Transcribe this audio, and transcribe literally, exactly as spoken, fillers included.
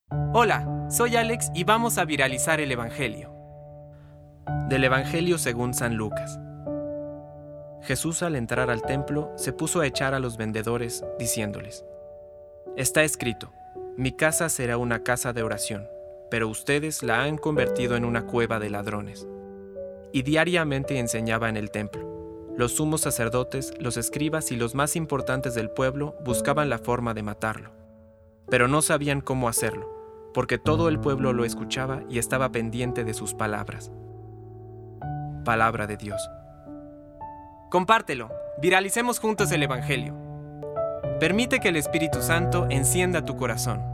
Hola, soy Alex y vamos a viralizar el Evangelio. Del Evangelio según San Lucas. Jesús, al entrar al templo, se puso a echar a los vendedores, diciéndoles: Está escrito, mi casa será una casa de oración, pero ustedes la han convertido en una cueva de ladrones. Y diariamente enseñaba en el templo. Los sumos sacerdotes, los escribas y los más importantes del pueblo buscaban la forma de matarlo, pero no sabían cómo hacerlo, porque todo el pueblo lo escuchaba y estaba pendiente de sus palabras. Palabra de Dios. Compártelo, viralicemos juntos el Evangelio. Permite que el Espíritu Santo encienda tu corazón.